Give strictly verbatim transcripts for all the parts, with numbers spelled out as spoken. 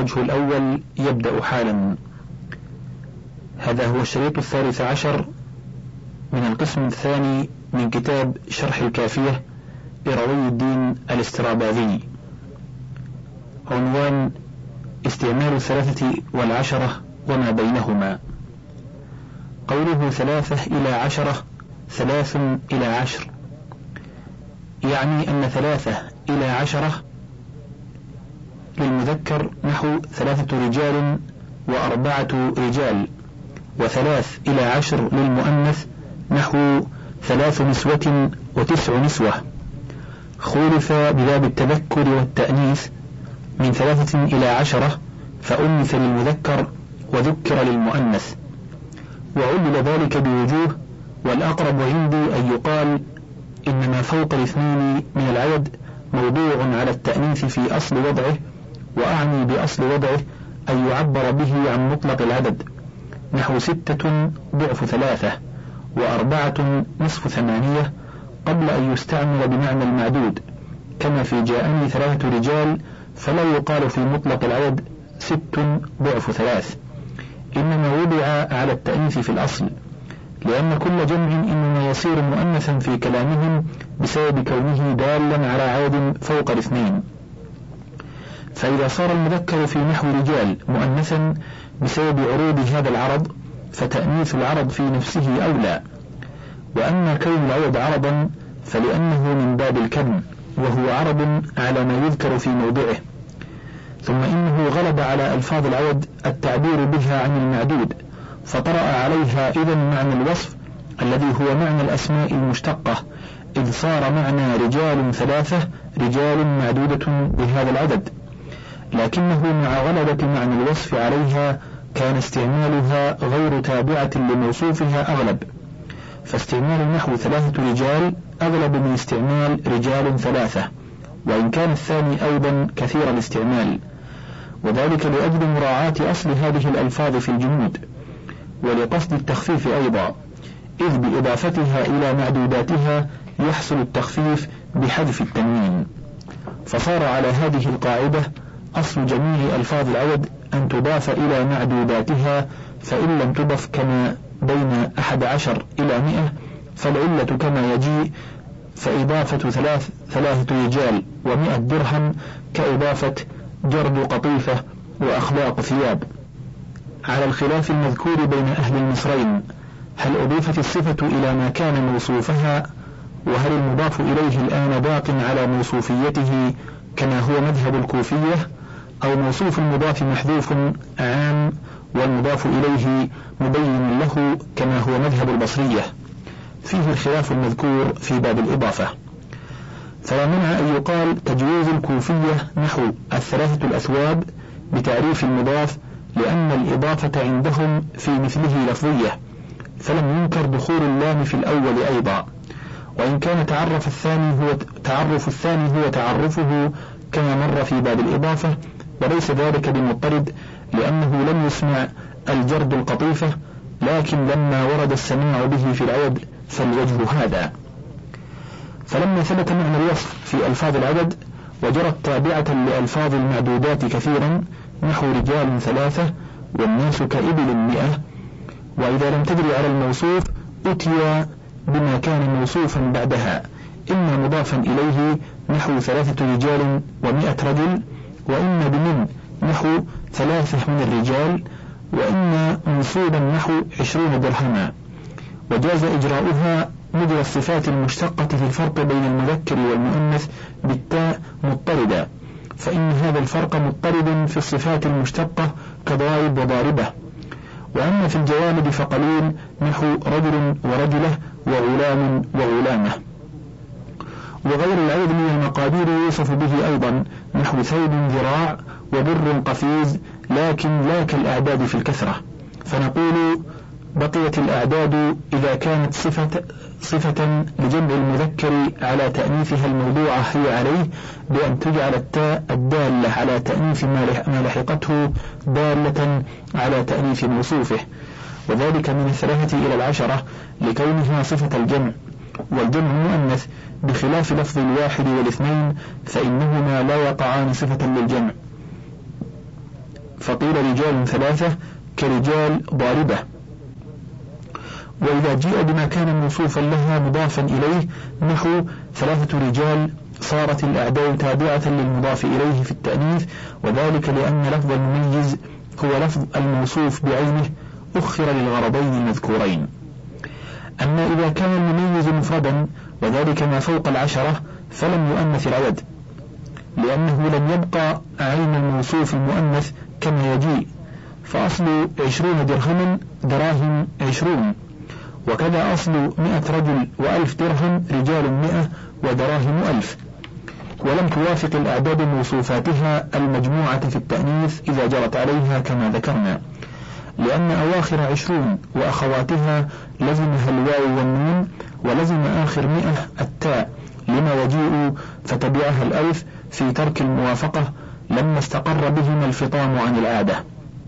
الوجه الأول يبدأ حالا. هذا هو الشريط الثالث عشر من القسم الثاني من كتاب شرح الكافية لروي الدين الاستراباذي. عنوان: استعمال الثلاثة والعشرة وما بينهما. قوله ثلاثة إلى عشرة، ثلاث إلى عشر، يعني أن ثلاثة إلى عشرة للمذكر نحو ثلاثة رجال وأربعة رجال، وثلاث إلى عشر للمؤنث نحو ثلاث نسوة وتسع نسوة. خولف بباب التذكر والتأنيث من ثلاثة إلى عشرة فأنث للمذكر وذكر للمؤنث، وعلل ذلك بوجوه، والأقرب عندي أن يقال إن ما فوق الاثنين من العدد موضوع على التأنيث في أصل وضعه، وأعني بأصل وضعه أن يعبر به عن مطلق العدد نحو ستة ضعف ثلاثة وأربعة نصف ثمانية، قبل أن يستعمل بمعنى المعدود، كما في جاءني ثلاثة رجال فلا يقال في مطلق العدد ست ضعف ثلاث، إنما وضع على التأنيث في الأصل، لأن كل جمع إنما يصير مؤنثا في كلامهم بسبب كونه دالا على عدد فوق الاثنين. فإذا صار المذكر في نحو رجال مؤنثا بسبب عروض هذا العرض فتأنيث العرض في نفسه أولى، وأما كون العدد عرضا فلأنه من باب الكم، وهو عرض على ما يذكر في موضعه. ثم إنه غلب على ألفاظ العدد التعبير بها عن المعدود، فطرأ عليها إذن معنى الوصف الذي هو معنى الأسماء المشتقة، إذ صار معنى رجال ثلاثة رجال معدودة بهذا العدد، لكنه مع غلبة معنى الوصف عليها كان استعمالها غير تابعة لموصوفها أغلب، فاستعمال النحو ثلاثة رجال أغلب من استعمال رجال ثلاثة، وإن كان الثاني أيضا كثير الاستعمال، وذلك لأجل مراعاة أصل هذه الألفاظ في الجمود، ولقصد التخفيف أيضا، إذ بإضافتها إلى معدوداتها يحصل التخفيف بحذف التنوين. فصار على هذه القاعدة أصل جميع ألفاظ العدد أن تضاف إلى معدوداتها، فإن لم تضف كما بين أحد عشر إلى مئة فالعلة كما يجيء، فإضافة ثلاث ثلاثة رجال ومئة درهم كإضافة جرد قطيفة وأخلاق ثياب، على الخلاف المذكور بين أهل المصرين، هل أضيفت الصفة إلى ما كان موصوفها، وهل المضاف إليه الآن باق على موصوفيته كما هو مذهب الكوفية، أو موصوف المضاف محذوف عام والمضاف إليه مبين له كما هو مذهب البصرية. فيه الخلاف المذكور في باب الإضافة. فلا منع أن يقال تجويز الكوفية نحو الثلاثة الأثواب بتعريف المضاف، لأن الإضافة عندهم في مثله لفظية، فلم ينكر دخول اللام في الأول أيضا، وإن كان تعرف الثاني هو تعرف الثاني هو تعرفه كما مر في باب الإضافة، وليس ذلك بمضطرد، لأنه لم يسمع الجرد القطيفة، لكن لما ورد السماع به في العدد فالوجه هذا. فلما ثبت معنى الوصف في ألفاظ العدد وجرت تابعة لألفاظ المعدودات كثيرا نحو رجال ثلاثة والناس كإبل مئة، وإذا لم تدري على الموصوف أتي بما كان موصوفا بعدها، إما مضافا إليه نحو ثلاثة رجال ومئة رجل، وإما بمن نحو ثلاثة من الرجال، وإما منصوبا نحو عشرون درهما. وجاز إجراؤها مجرى الصفات المشتقة في الفرق بين المذكر والمؤنث بالتاء مضطردا، فإن هذا الفرق مضطرد في الصفات المشتقة كضارب وضاربة. وأما في الجوامد فقليل نحو رجل ورجلة وغلام وغلامة. وغير العدد من المقادير يوصف به أيضا نحو ثوب ذراع وبر قفيز، لكن لا كالأعداد في الكثرة، فنقول بقيت الأعداد إذا كانت صفة, صفة لجمع المذكر على تأنيثها الموضوعة هي عليه، بأن تجعل التاء الدالة على تأنيث ما لحقته دالة على تأنيث موصوفه، وذلك من الثلاثة إلى العشرة لكونها صفة الجمع، والجمع مؤنث بخلاف لفظ الواحد والاثنين فإنهما لا يقعان صفة للجمع. فقيل رجال ثلاثة كرجال ضاربة. وإذا جيء بما كان موصوفا لها مضافا إليه نحو ثلاثة رجال صارت الأعداء تابعة للمضاف إليه في التأنيث، وذلك لأن لفظ المميز هو لفظ الموصوف بعينه أخر للغرضين المذكورين. أما إذا كان المميز مفردا وذلك ما فوق العشرة فلم يؤنث العدد، لأنه لم يبقى عين الموصوف المؤنث كما يجيء، فأصل عشرون درهما دراهم عشرون، وكذا أصل مئة رجل وألف درهم رجال مئة ودراهم ألف. ولم توافق الأعداد موصوفاتها المجموعة في التأنيث إذا جرت عليها كما ذكرنا، لأن أواخر عشرون وأخواتها لزمها الواو والنون، ولزم آخر مئة التاء لما يجيء فتبعها الألف في ترك الموافقة لما استقر بهما الفطام عن العادة.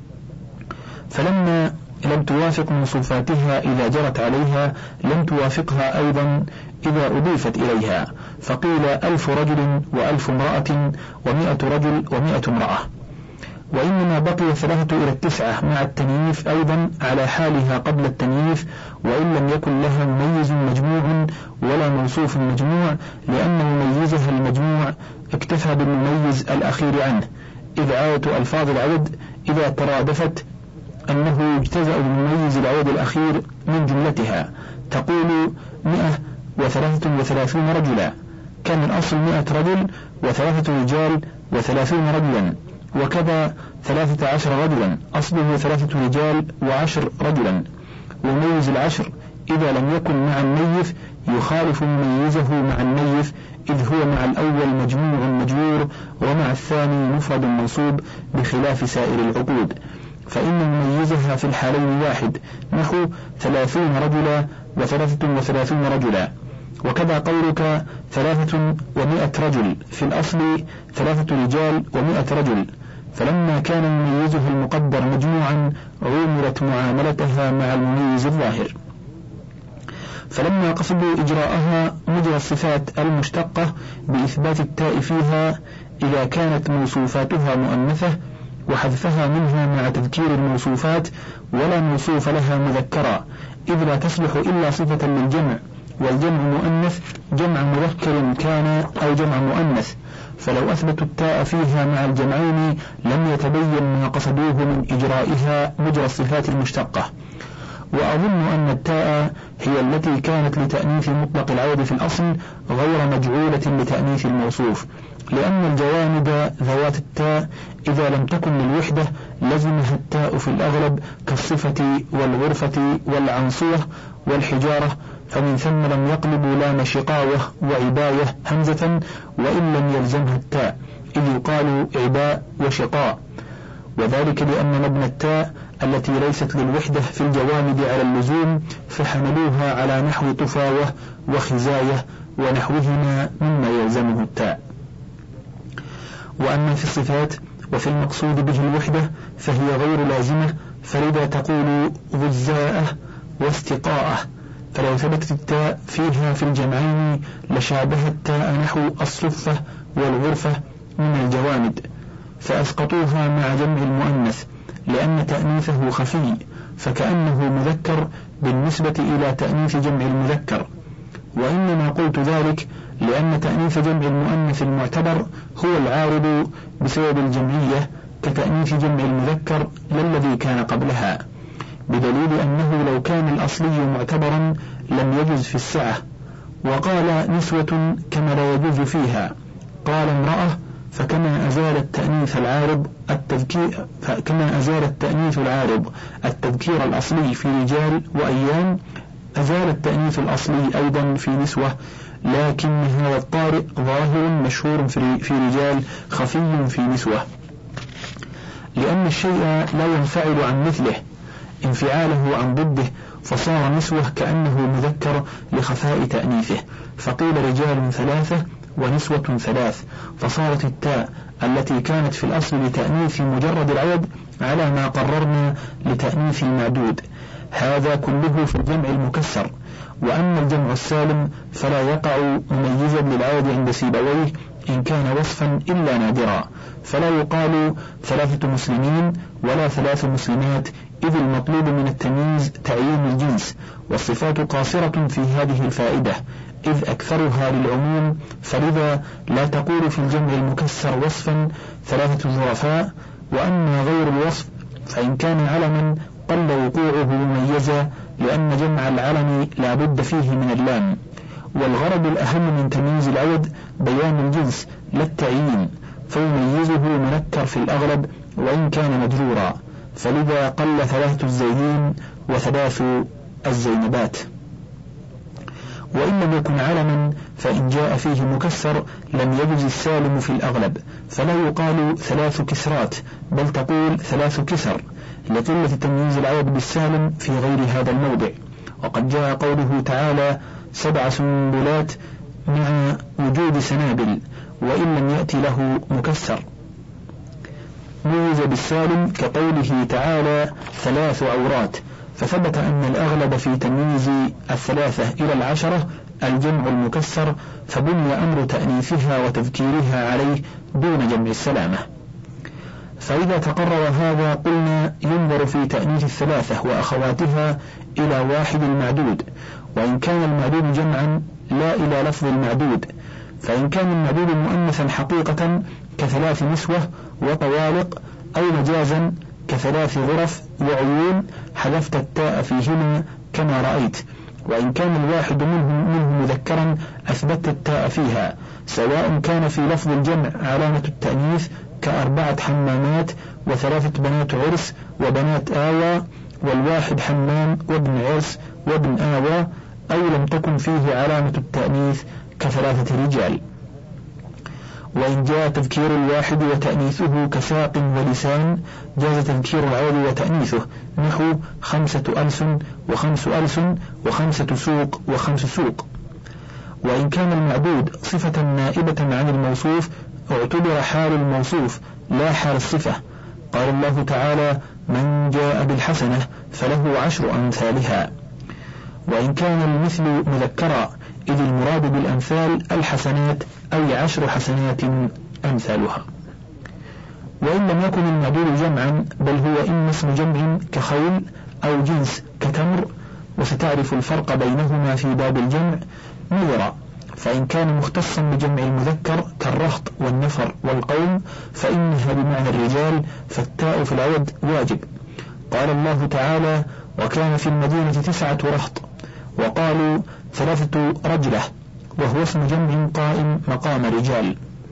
فلما لم توافق موصوفاتها إذا جرت عليها لم توافقها أيضا إذا أضيفت إليها، فقيل ألف رجل وألف امرأة ومئة رجل ومئة امرأة. وإنما بقي ثلاثة إلى التسعة مع التنييف أيضا على حالها قبل التنييف، وإن لم يكن لها مميز مجموع ولا موصوف مجموع، لأن مميزها المجموع اكتفى بالمميز الأخير عنه، إذ عادة ألفاظ العدد إذا ترادفت أنه يجتزأ بمميز العدد الأخير من جملتها. تقول مئة وثلاثة وثلاثون رجلا، كان الأصل مئة رجل وثلاثة رجال وثلاثون رجلا، وكذا ثلاثة عشر رجلا أصله ثلاثة رجال وعشر رجلا. ومميز العشر إذا لم يكن مع النيف يخالف مميزه مع النيف، إذ هو مع الأول مجموع مجرور ومع الثاني مفرد منصوب بخلاف سائر العقود، فإن مميزها في الحالين واحد، نحو ثلاثون رجلا وثلاثة وثلاثون رجلا. وكذا قولك ثلاثة ومئة رجل، في الأصل ثلاثة رجال ومئة رجل، فلما كان مميزه المقدر مجموعا عوملت معاملتها مع المميز الظاهر. فلما قصدوا إجراءها مجرى الصفات المشتقة بإثبات التاء فيها إذا كانت موصوفاتها مؤنثة، وحذفها منها مع تذكير الموصوفات ولا موصوف لها مذكرا، إذ لا تصلح إلا صفة للجمع، والجمع مؤنث جمع مذكر كان أو جمع مؤنث، فلو أثبتوا التاء فيها مع الجمعين لم يتبين ما قصدوه من إجرائها مجرى الصفات المشتقة. وأظن أن التاء هي التي كانت لتأنيث مطلق العدد في الأصل غير مجعولة لتأنيث الموصوف، لأن الجوامد ذوات التاء إذا لم تكن للوحدة لزمها التاء في الأغلب كالصفة والغرفة والعنصوة والحجارة، فمن ثم لم يقلبوا لام شقاوة وعباية همزة وإن لم يلزمها التاء، إذ يقال عباء وشقاء، وذلك لأن مبنى التاء التي ليست للوحدة في الجوامد على اللزوم، فحملوها على نحو طفاوة وخزاية ونحوهما مما يلزمه التاء. وأما في الصفات وفي المقصود به الوحدة فهي غير لازمة، فلذا تقول غزاءة واستقاءة، فلو ثبتت التاء فيها في الجمعين لشابه التاء نحو الصفة والغرفة من الجوامد، فأسقطوها مع جمع المؤنث لأن تأنيثه خفي، فكأنه مذكر بالنسبة إلى تأنيث جمع المذكر. وإنما قلت ذلك لأن تأنيث جمع المؤنث المعتبر هو العارض بسبب الجمعية كتأنيث جمع المذكر للذي كان قبلها، بدليل أنه لو كان الأصلي معتبرا لم يجز في السعة. وقال نسوة كما لا يجوز فيها، قال امرأة فكما أزال التأنيث العارض التذكير فكما أزال التأنيث العارض التذكير الأصلي في رجال وأيام، أزال التأنيث الأصلي أيضا في نسوة، لكن هذا الطارئ ظاهر مشهور في رجال خفي في نسوة، لأن الشيء لا ينفعل عن مثله انفعاله عن ضده، فصار نسوة كأنه مذكر لخفاء تأنيثه، فقيل رجال ثلاثة ونسوة ثلاث، فصارت التاء التي كانت في الأصل لتأنيث مجرد العدد على ما قررنا لتأنيث المعدود. هذا كله في الجمع المكسر. وأما الجمع السالم فلا يقع مميزا للعدد عند سيبويه إن كان وصفا إلا نادرا، فلا يقال ثلاثة مسلمين ولا ثلاث مسلمات، إذ المطلوب من التمييز تعيين الجنس، والصفات قاصرة في هذه الفائدة إذ أكثرها للعموم، فلذا لا تقول في الجمع المكسر وصفا ثلاثة ظرفاء. وأما غير الوصف فإن كان علما قل وقوعه مميزا، لأن جمع العلم لا بد فيه من اللام، والغرض الأهم من تمييز العدد بيان الجنس لا التعيين، فيميزه منكر في الأغلب وإن كان مجرورا، فلذا قل ثلاثة الزيدين وثلاث الزينبات. وإن لم يكن علما فإن جاء فيه مكسر لم يجز السالم في الأغلب، فلا يقال ثلاث كسرات بل تقول ثلاث كسر، لقلة تمييز العدد بالسالم في غير هذا الموضع. وقد جاء قوله تعالى سبع سنبلات مع وجود سنابل، وإن لم يأتي له مكسر ميز بالسالم كقوله تعالى ثلاث عورات، فثبت أن الأغلب في تمييز الثلاثة إلى العشرة الجمع المكسر، فبني أمر تأنيثها وتذكيرها عليه دون جمع السلامة. فإذا تقرر هذا قلنا ينظر في تأنيث الثلاثة وأخواتها إلى واحد المعدود، وإن كان المعدود جمعا لا إلى لفظ المعدود، فإن كان المعدود مؤنثا حقيقة كثلاث نسوة وطوالق، أو مجازا كثلاث غرف وعيون حذفت التاء فيهما كما رأيت، وإن كان الواحد منهم منه مذكرا أثبت التاء فيها، سواء كان في لفظ الجمع علامة التأنيث كأربعة حمامات وثلاثة بنات عرس وبنات آوى، والواحد حمام وابن عرس وابن آوى، أو لم تكن فيه علامة التأنيث كثلاثة رجال. وإن جاء تذكير الواحد وتأنيثه كساق ولسان جاز تذكير العدد وتأنيثه، نحو خمسة ألسن وخمس ألسن وخمسة سوق وخمس سوق. وإن كان المعدود صفة نائبة عن الموصوف اعتبر حال الموصوف لا حال الصفة، قال الله تعالى من جاء بالحسنة فله عشر أمثالها. وإن كان المثل مذكرا إذ المراد بالأمثال الحسنات أي عشر حسنات أمثالها. وإن لم يكن المعدود جمعا بل هو إما اسم جمع كخيل أو جنس كتمر، وستعرف الفرق بينهما في باب الجمع نظرا، فإن كان مختصا بجمع المذكر كالرهط والنفر والقوم فإنها بمعنى الرجال، فالتاء في العدد واجب. قال الله تعالى وكان في المدينة تسعة رهط، وقالوا ثلاثة رجلة، وهو اسم جمع قائم مقام رجال.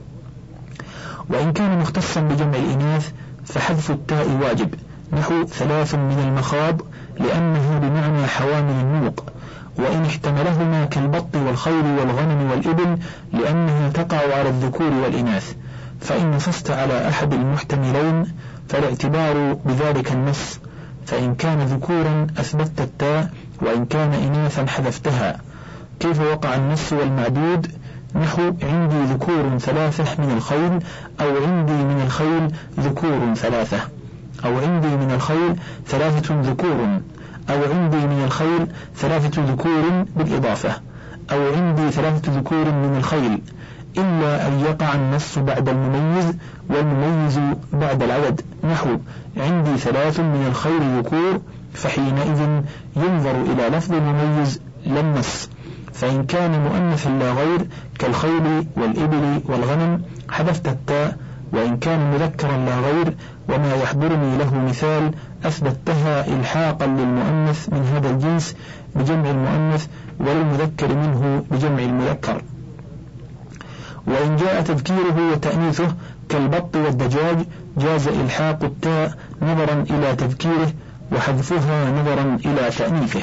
وإن كان مختصا بجمع الإناث فحذف التاء واجب، نحو ثلاث من المخاض لأنها بمعنى حوامل النوق، وإن احتملهما كالبط والخيل والغنم والإبل لأنها تقع على الذكور والإناث، فإن نصست على أحد المحتملين فالاعتبار بذلك النص، فإن كان ذكورا أثبتت التاء وإن كان إناثا حذفتها. كيف وقع النص والمعدود؟ نحو عندي ذكور ثلاثة من الخيل، أو عندي من الخيل ذكور ثلاثة، أو عندي من الخيل ثلاثة ذكور، أو عندي من الخيل ثلاثة ذكور بالإضافة، أو عندي ثلاثة ذكور من الخيل، إلا أن يقع النص بعد المميز والمميز بعد العدد، نحو عندي ثلاث من الخيل ذكور، فحينئذ ينظر إلى لفظ المميز لا النص. فإن كان مؤنثا لا غير كالخيل والإبل والغنم حذفت التاء، وإن كان مذكرا لا غير وما يحضرني له مثال أثبتها إلحاقا للمؤنث من هذا الجنس بجمع المؤنث وللمذكر منه بجمع المذكر. وإن جاء تذكيره وتأنيثه كالبط والدجاج جاز إلحاق التاء نظرا إلى تذكيره وحذفها نظرا إلى تأنيثه.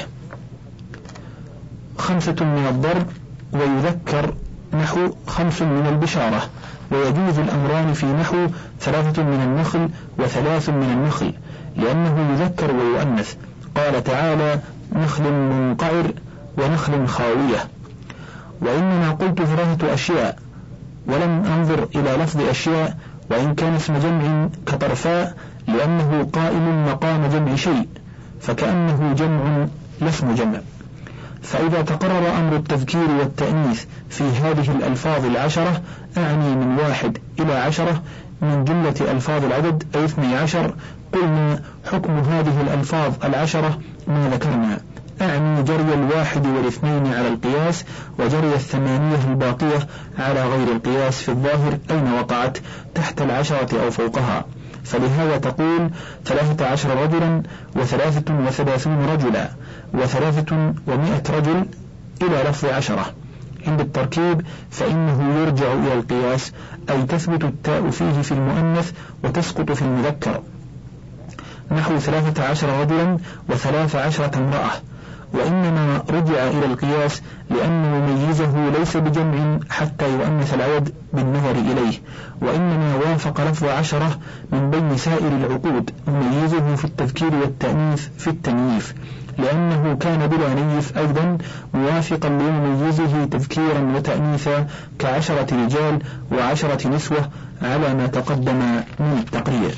خمسة من الضرب ويذكر نحو خمس من البشارة، ويجوز الأمران في نحو ثلاثة من النخل وثلاث من النخل لأنه يذكر ويؤنث، قال تعالى نخل منقعر ونخل خاوية. وإنما قلت ثلاثة أشياء ولم أنظر إلى لفظ أشياء، وإن كان اسم جمع كطرفاء لأنه قائم مقام جمع شيء فكأنه جمع لا اسم جمع. فإذا تقرر أمر التذكير والتأنيث في هذه الألفاظ العشرة، أعني من واحد إلى عشرة من جملة ألفاظ العدد أي اثني عشر، قلنا حكم هذه الألفاظ العشرة ما ذكرنا، أعني جري الواحد والاثنين على القياس، وجري الثمانية الباقية على غير القياس في الظاهر أين وقعت، تحت العشرة أو فوقها. فلهذا تقول ثلاثة عشر رجلا وثلاثة وثلاثون رجلا وثلاثة ومائة رجل إلى لفظ عشرة. عند التركيب فإنه يرجع إلى القياس، أي تثبت التاء فيه في المؤنث وتسقط في المذكر، نحو ثلاثة عشر رجلا وثلاث عشرة امرأة. وإنما رجع إلى القياس لأن مميزه ليس بجمع حتى يؤنث العدد بالنظر إليه، وإنما وافق لفظ عشرة من بين سائر العقود مميزه في التذكير والتأنيث في التنييف، لأنه كان بلا نيف أيضا موافقا لمميزه تذكيرا وتأنيثا كعشرة رجال وعشرة نسوة على ما تقدم من التقرير.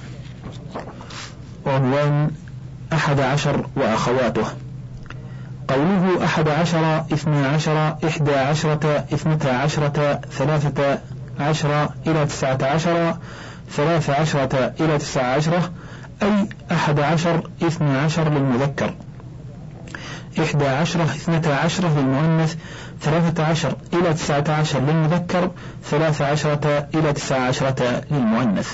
عنوان أحد عشر وأخواته. قوله أحد عشر، اثنى عشر، إحدى عشرة، اثنتا عشرة، ثلاثة عشر إلى تسعة عشر، ثلاث عشرة إلى تسعة عشرة، أي أحد عشر اثنى عشر للمذكر، إحدى عشرة اثنتا عشرة للمؤنث، ثلاثة عشر إلى تسعة عشر للمذكر، ثلاث عشرة إلى تسعة عشرة للمؤنث.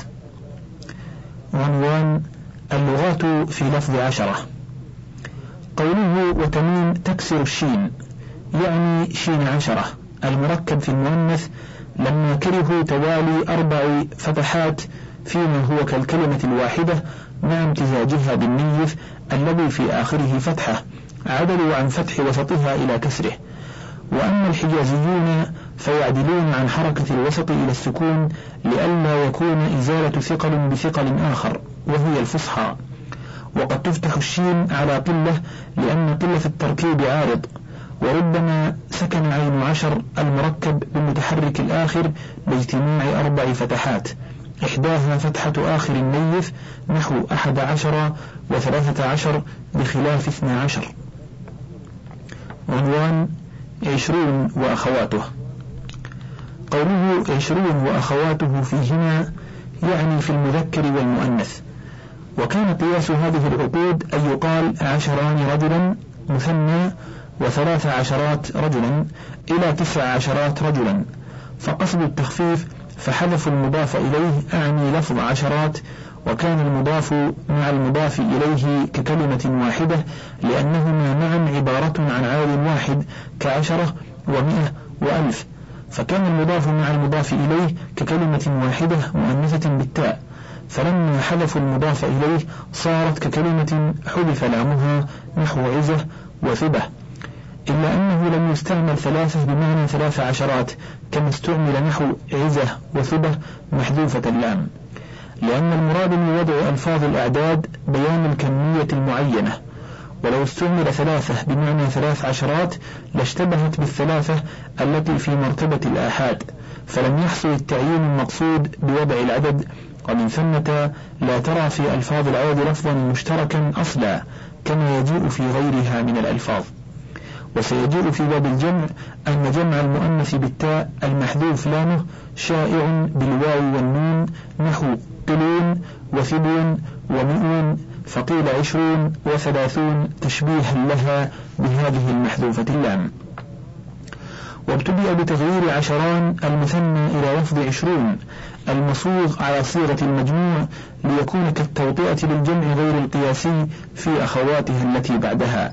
عنوان اللغات في لفظ عشرة. قوله وتميم تكسر الشين، يعني شين عشرة المركب في المؤنث، لما كرهوا توالي أربع فتحات فيما هو كالكلمة الواحدة مع امتزاجها بالنيف الذي في آخره فتحة، عدلوا عن فتح وسطها إلى كسره. وأما الحجازيون فيعدلون عن حركة الوسط إلى السكون لئلا يكون إزالة ثقل بثقل آخر وهي الفصحى. وقد تفتح الشين على قلة لأن قلة التركيب عارض، وربما سكن عين عشر المركب بمتحرك الآخر باجتماع أربع فتحات، إحداها فتحة آخر النيف نحو أحد عشر وثلاثة عشر بخلاف اثنى عشر. عنوان عشرون وأخواته. قوله عشرون وأخواته فيهما يعني في المذكر والمؤنث. وكان قياس هذه العقود أن يقال عشران رجلا مثنى وثلاث عشرات رجلا إلى تسع عشرات رجلا، فقصد التخفيف فحذف المضاف إليه أعني لفظ عشرات، وكان المضاف مع المضاف إليه ككلمة واحدة لأنهما معا عبارة عن عدد واحد كعشرة ومئة وألف، فكان المضاف مع المضاف إليه ككلمة واحدة مؤنثة بالتاء، فلما حذفوا المضاف إليه صارت ككلمة حذف لامها نحو عزة وثبة، إلا أنه لم يستعمل ثلاثة بمعنى ثلاث عشرات كما استعمل نحو عزة وثبة محذوفة اللام، لأن المراد من وضع ألفاظ الأعداد بيان الكمية المعينة، ولو استعمل ثلاثة بمعنى ثلاث عشرات لاشتبهت بالثلاثة التي في مرتبة الآحاد، فلم يحصل التعيين المقصود بوضع العدد، ومن ثمة لا ترى في ألفاظ العدد لفظا مشتركا أصلا كما يجيء في غيرها من الألفاظ. وسيجيء في باب الجمع أن جمع المؤنث بالتاء المحذوف لامه شائع بالواو والنون نحو قلون وثبون ومئون، فقيل عشرون وثلاثون تشبيها لها بهذه المحذوفة اللام. وابتدأ بتغيير عشران المثنى إلى لفظ عشرون المصوغ على صيغة المجموع ليكون كالتوطئة للجمع غير القياسي في أخواتها التي بعدها،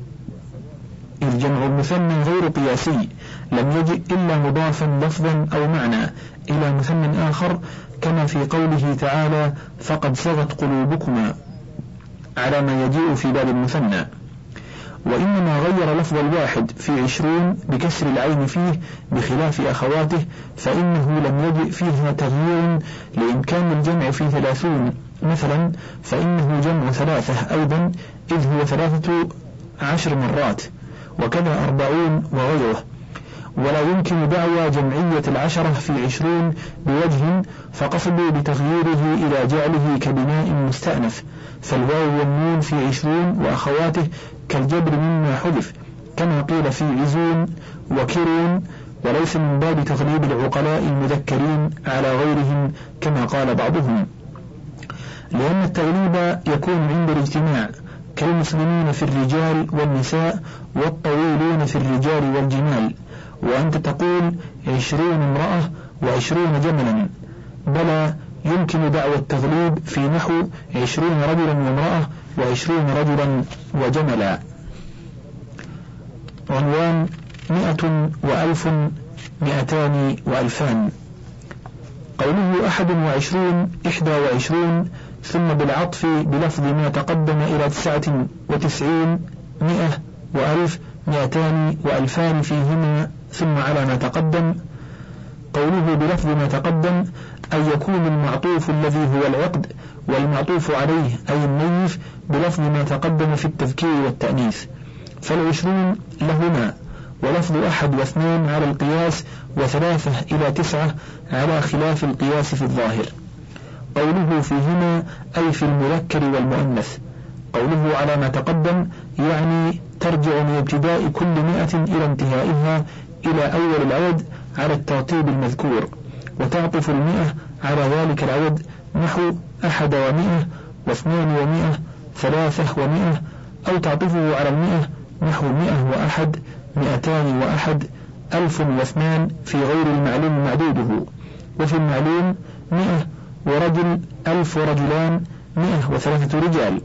إذ جمع المثنى غير قياسي لم يجئ إلا مضافا لفظا أو معنى إلى مثنى آخر، كما في قوله تعالى فقد صغت قلوبكما على ما يجيء في باب المثنى. وإنما غير لفظ الواحد في عشرون بكسر العين فيه بخلاف أخواته، فإنه لم يجئ فيها تغيير لإمكان الجمع في ثلاثون مثلا، فإنه جمع ثلاثة أيضا إذ هو ثلاثة عشر مرات، وكذا أربعون وغيره. ولا يمكن دعوى جمعية العشرة في عشرون بوجه، فقصدوا بتغييره إلى جعله كبناء مستأنف، فالواو والنون في عشرون وأخواته كالجبر مما حذف، كما قيل في عزون وكرون، وليس من باب تغليب العقلاء المذكرين على غيرهم كما قال بعضهم، لأن التغليب يكون عند الاجتماع، كالمسلمين في الرجال والنساء والطويلون في الرجال والجمال، وأنت تقول عشرون امرأة وعشرون جملا، بلى يمكن دعوى التغليب في نحو عشرون رجلا وامرأة وعشرون رجلا وجملا. عنوان مئة وألف مئتان وألفان. قوله أحد وعشرون إحدى وعشرون ثم بالعطف بلفظ ما تقدم إلى تسعة وتسعين مئة وألف مئتان وألفان فيهما ثم على ما تقدم. قوله بلفظ ما تقدم أن يكون المعطوف الذي هو العقد والمعطوف عليه أي النيف بلفظ ما تقدم في التذكير والتأنيث، فالعشرون لهما، ولفظ أحد واثنان على القياس، وثلاثة إلى تسعة على خلاف القياس في الظاهر. قوله فيهما أي في المذكر والمؤنث. قوله على ما تقدم يعني ترجع من ابتداء كل مئة إلى انتهائها إلى أول العدد على الترتيب المذكور، وتعطف المئة على ذلك العدد نحو أحد ومئة واثنان ومئة ثلاثة ومئة، أو تعطفه على المئة نحو مئة وأحد مئتان وأحد ألف واثنان في غير المعلوم معدوده، وفي المعلوم مئة ورجل ألف ورجلان مئة وثلاثة رجال.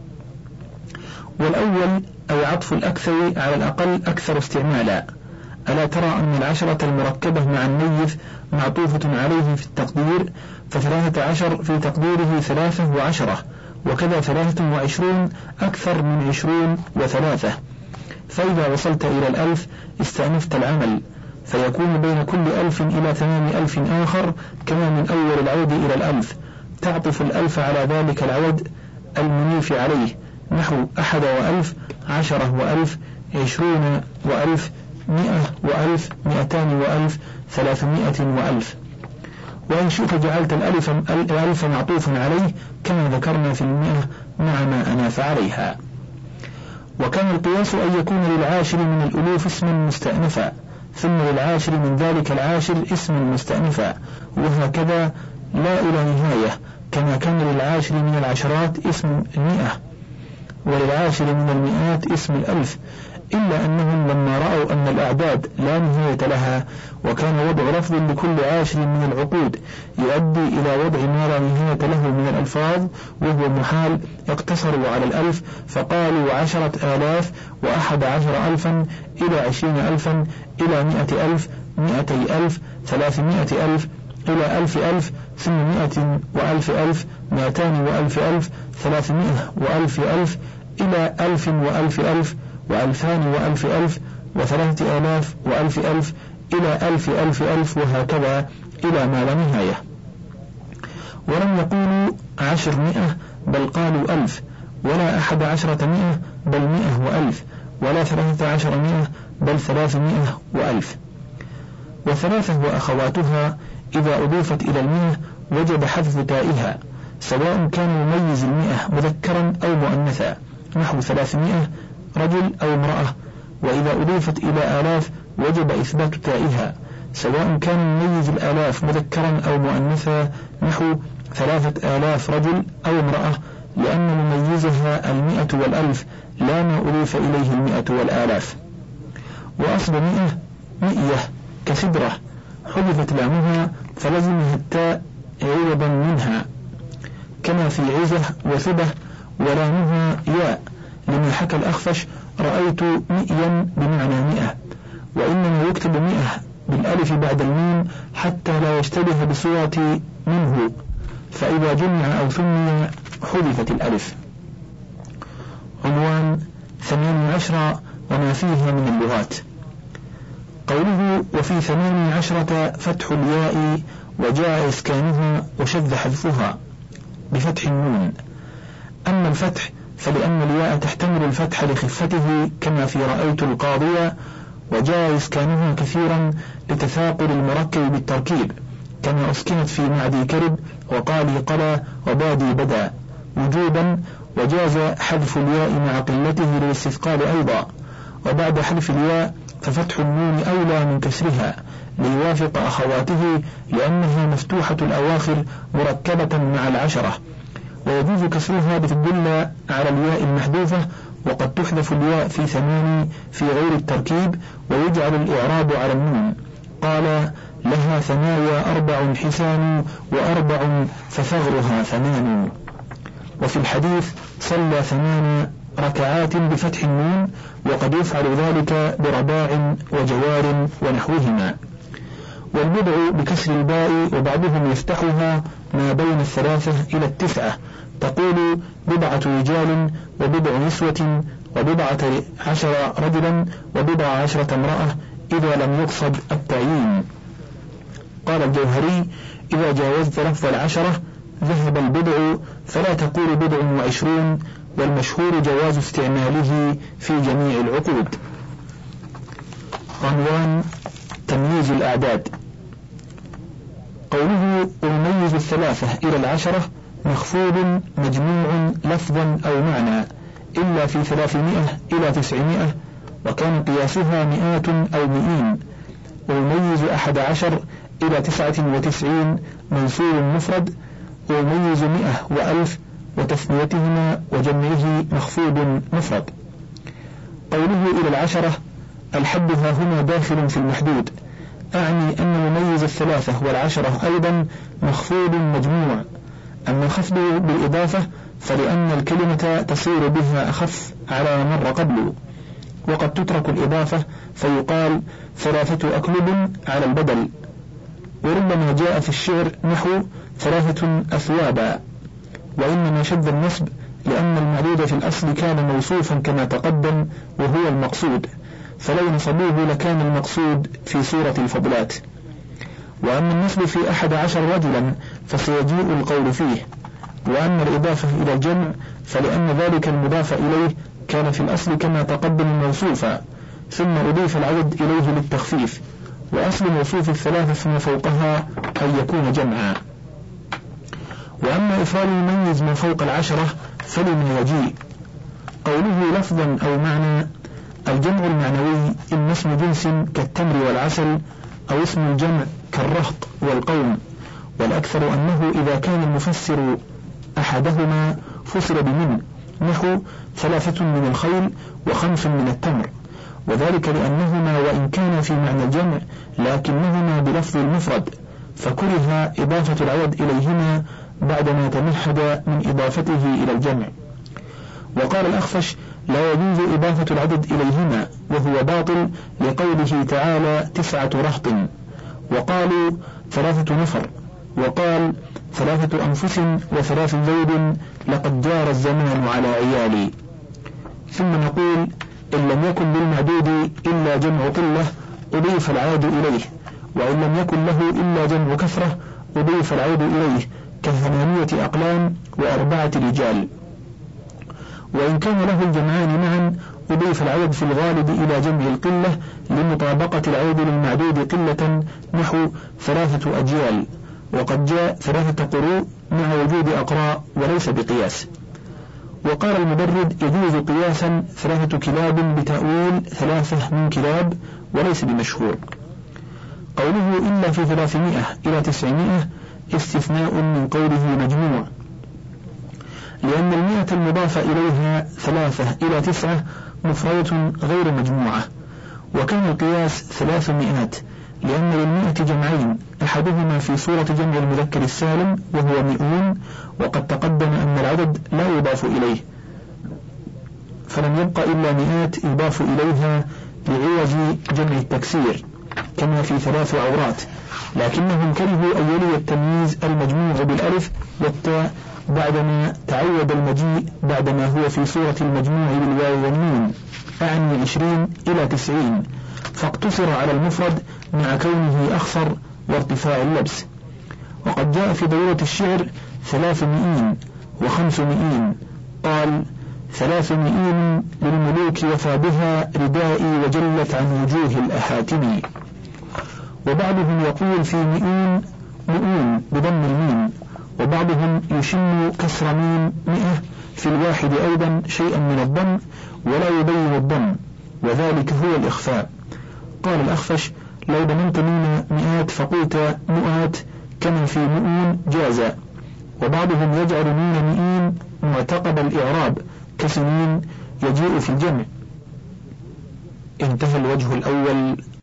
والأول أي عطف الأكثر على الأقل أكثر استعمالا. ألا ترى أن العشرة المركبة مع النيف معطوفة عليه في التقدير، فثلاثة عشر في تقديره ثلاثة وعشرة، وكذا ثلاثة وعشرون أكثر من عشرون وثلاثة. فإذا وصلت إلى الألف استأنفت العمل، فيكون بين كل ألف إلى ثمان ألف آخر، كما من أول العود إلى الألف تعطف الألف على ذلك العود المنيف عليه نحو أحد وألف عشرة وألف عشرون وألف مئة وألف مئتان وألف ثلاثمائة وألف. وإن شئت جعلت الألف, الألف معطوفا عليه كما ذكرنا في المئة مع ما أناف عليها. وكان القياس أن يكون للعاشر من الألوف اسما مستأنفا، ثم للعاشر من ذلك العاشر اسما مستأنفا، وهكذا لا إلى نهاية، كما كان للعاشر من العشرات اسم المئة، وللعاشر من المئات اسم الألف، إلا أنهم لما رأوا أن الأعداد لا نهاية لها، وكان وضع لفظ لكل عاشر من العقود يؤدي إلى وضع ما لا نهاية له من الألفاظ وهو محال، اقتصروا على الألف فقالوا عشرة آلاف وأحد عشر ألفا إلى عشرين ألفا إلى مئة ألف مئتي ألف ثلاثمائة ألف إلى ألف ألف ثم مئة وألف ألف مئتان وألف ألف ثلاثمائة وألف ألف إلى ألف وألف ألف وألفان وألف ألف وثلاثة آلاف وألف ألف إلى ألف ألف ألف، وهكذا إلى ما لا نهاية. ولم يقولوا عشر مئة بل قالوا ألف، ولا أحد عشرة مئة بل مئة وألف، ولا ثلاثة عشر مئة بل ثلاثمائة وألف. وثلاثة وأخواتها إذا أضيفت إلى المئة وجب حذف تائها، سواء كان مميز المئة مذكرا أو مؤنثا نحو ثلاثمائة رجل أو امرأة. وإذا أضيفت إلى آلاف وجب إثبات تائها، سواء كان مميز الآلاف مذكرا أو مؤنثا نحو ثلاثة آلاف رجل أو امرأة، لأن مميزها المئة والألف لا ما أضيف إليه المئة والآلاف. وأصل مئة مئية كسدرة حذفت لامها فلزمها التاء عوضا منها، كما في عزة وثبة ولامها ياء، لما حكى الأخفش رأيت مئيا بمعنى مئة، وإنما يكتب مئة بالألف بعد الميم حتى لا يشتبه بصورة منه، فإذا جمع أو ثني حذفت الألف. عنوان ثمان عشر وما فيها من اللغات. قوله وفي ثمان عشرة فتح الياء وجاء إسكانها وشذ حذفها بفتح النون. أما الفتح فلأن الياء تحتمل الفتح لخفته كما في رأيت القاضية، وجاء إسكانها كثيرا لتثاقل المركب بالتركيب كما أسكنت في معدي كرب وقالي قلى وبادي بدا وجوبا، وجاز حذف الياء مع قلته للاستثقال أيضا. وبعد حذف الياء ففتح النون أولى من كسرها ليوافق أخواته لأنها مفتوحة الأواخر مركبة مع العشرة، ويجوز كسرها بتدل على الياء المحذوفة، وقد تحذف الياء في ثمان في غير التركيب ويجعل الإعراب على النون. قال لها ثنايا أربع حسان وأربع فثغرها ثمان. وفي الحديث صلى ثمان ركعات بفتح النون، وقد يفعل ذلك برباع وجوار ونحوهما. والبضع بكسر الباء، وبعضهم يفتحها ما بين الثلاثة إلى التسعة، تقول بضعة رجال وبضع نسوة وبضعة عشر رجلا وبضع عشرة امرأة إذا لم يقصد التعيين. قال الجوهري إذا جاوزت لفظ العشرة ذهب البضع فلا تقول بضع وعشرون، والمشهور جواز استعماله في جميع العقود. عنوان تمييز الأعداد. قوله الميز الثلاثة إلى العشرة مخفوض مجموع لفظا أو معنى إلا في ثلاثمائة إلى تسعمائة، وكان قياسها مئات أو مئين. ويميز أحد عشر إلى تسعة وتسعين منصوب مفرد، ويميز مئة وألف وتثنيتهما وجمعه مخفوض مفرد. قوله إلى العشرة الحد ها هنا داخل في المحدود، أعني أن يميز الثلاثة والعشرة أيضا مخفوض مجموع. أما الخفض بالإضافة فلأن الكلمة تصير بها أخف على مر قبله، وقد تترك الإضافة فيقال ثلاثة أكلب على البدل. وربما جاء في الشعر نحو ثلاثة أثوابا، وإنما شد النصب لأن المعدود في الأصل كان موصوفا كما تقدم وهو المقصود، فلو نصبوه لكان المقصود في سورة الفضلات. وأما النصب في أحد عشر رجلا فسيجيء القول فيه. وأما الإضافة إلى الجمع فلأن ذلك المضاف إليه كان في الأصل كما تقدم موصوفا، ثم أضيف العدد إليه للتخفيف، وأصل موصوف الثلاثة ثم فوقها أن يكون جمعا. وأما إفراد المميز من فوق العشرة فلما يجيء. قوله لفظا أو معنى، الجمع المعنوي إما اسم جنس كالتمر والعسل، أو اسم الجمع كالرهط والقوم، والأكثر أنه إذا كان المفسر أحدهما فسر بمن، نحو ثلاثة من الخيل وخمس من التمر، وذلك لأنهما وإن كان في معنى الجمع لكنهما بلفظ المفرد، فكره إضافة العدد إليهما بعدما تمهد من إضافته إلى الجمع. وقال الأخفش لا يجوز إضافة العدد إليهما وهو باطل لقوله تعالى تسعة رهط، وقالوا ثلاثة نفر، وقال ثلاثة أنفس وثلاث زوج لقد جار الزمان على عيالي. ثم نقول إن لم يكن للمعدود إلا جمع قلة أضيف العدد إليه، وإن لم يكن له إلا جمع كثرة أضيف العدد إليه كثمانية أقلام وأربعة رجال. وإن كان له الجمعان معا أضيف العدد في الغالب إلى جمع القلة لمطابقة العدد للمعدود قلة، نحو ثلاثة أجيال، وقد جاء ثلاثة قروء مع وجود أقراء وليس بقياس. وقال المبرد يجوز قياسا ثلاثة كلاب بتأويل ثلاثة من كلاب وليس بمشهور. قوله إلا في ثلاثمائة إلى تسعمائة استثناء من قوله مجموع، لأن المئة المضافة إليها ثلاثة إلى تسعة مفردة غير مجموعة. وكان القياس ثلاث مئات لأن للمئة جمعين، أحدهما في صورة جمع المذكر السالم وهو مئون، وقد تقدم أن العدد لا يضاف إليه، فلم يبق إلا مئات يضاف إليها لعوج جمع التكسير كما في ثلاث عورات، لكنهم كرهوا أن يلي التمييز المجموع بالألف والتاء بعدما تعود المجيء بعدما هو في صورة المجموع بالواو والنون، أعني عشرين إلى تسعين، فاقتصر على المفرد مع كونه أخصر وارتفاع اللبس. وقد جاء في دورة الشعر ثلاث مئين وخمس مئين، قال ثلاث مئين للملوك وفى بها ردائي وجلت عن وجوه الأحاتم. وبعضهم يقول في مئون مئون بضم الميم، وبعضهم يشم كسر ميم مئة في الواحد أيضا شيئا من الضم ولا يبين الضم، وذلك هو الإخفاء. قال الأخفش: لو ضمنت نون مئات فقلت مئات كما في مؤون جاز. وبعضهم يجعل نون مئين معتقب الإعراب كسنين يجيء في الجمع. انتهى الوجه الأول.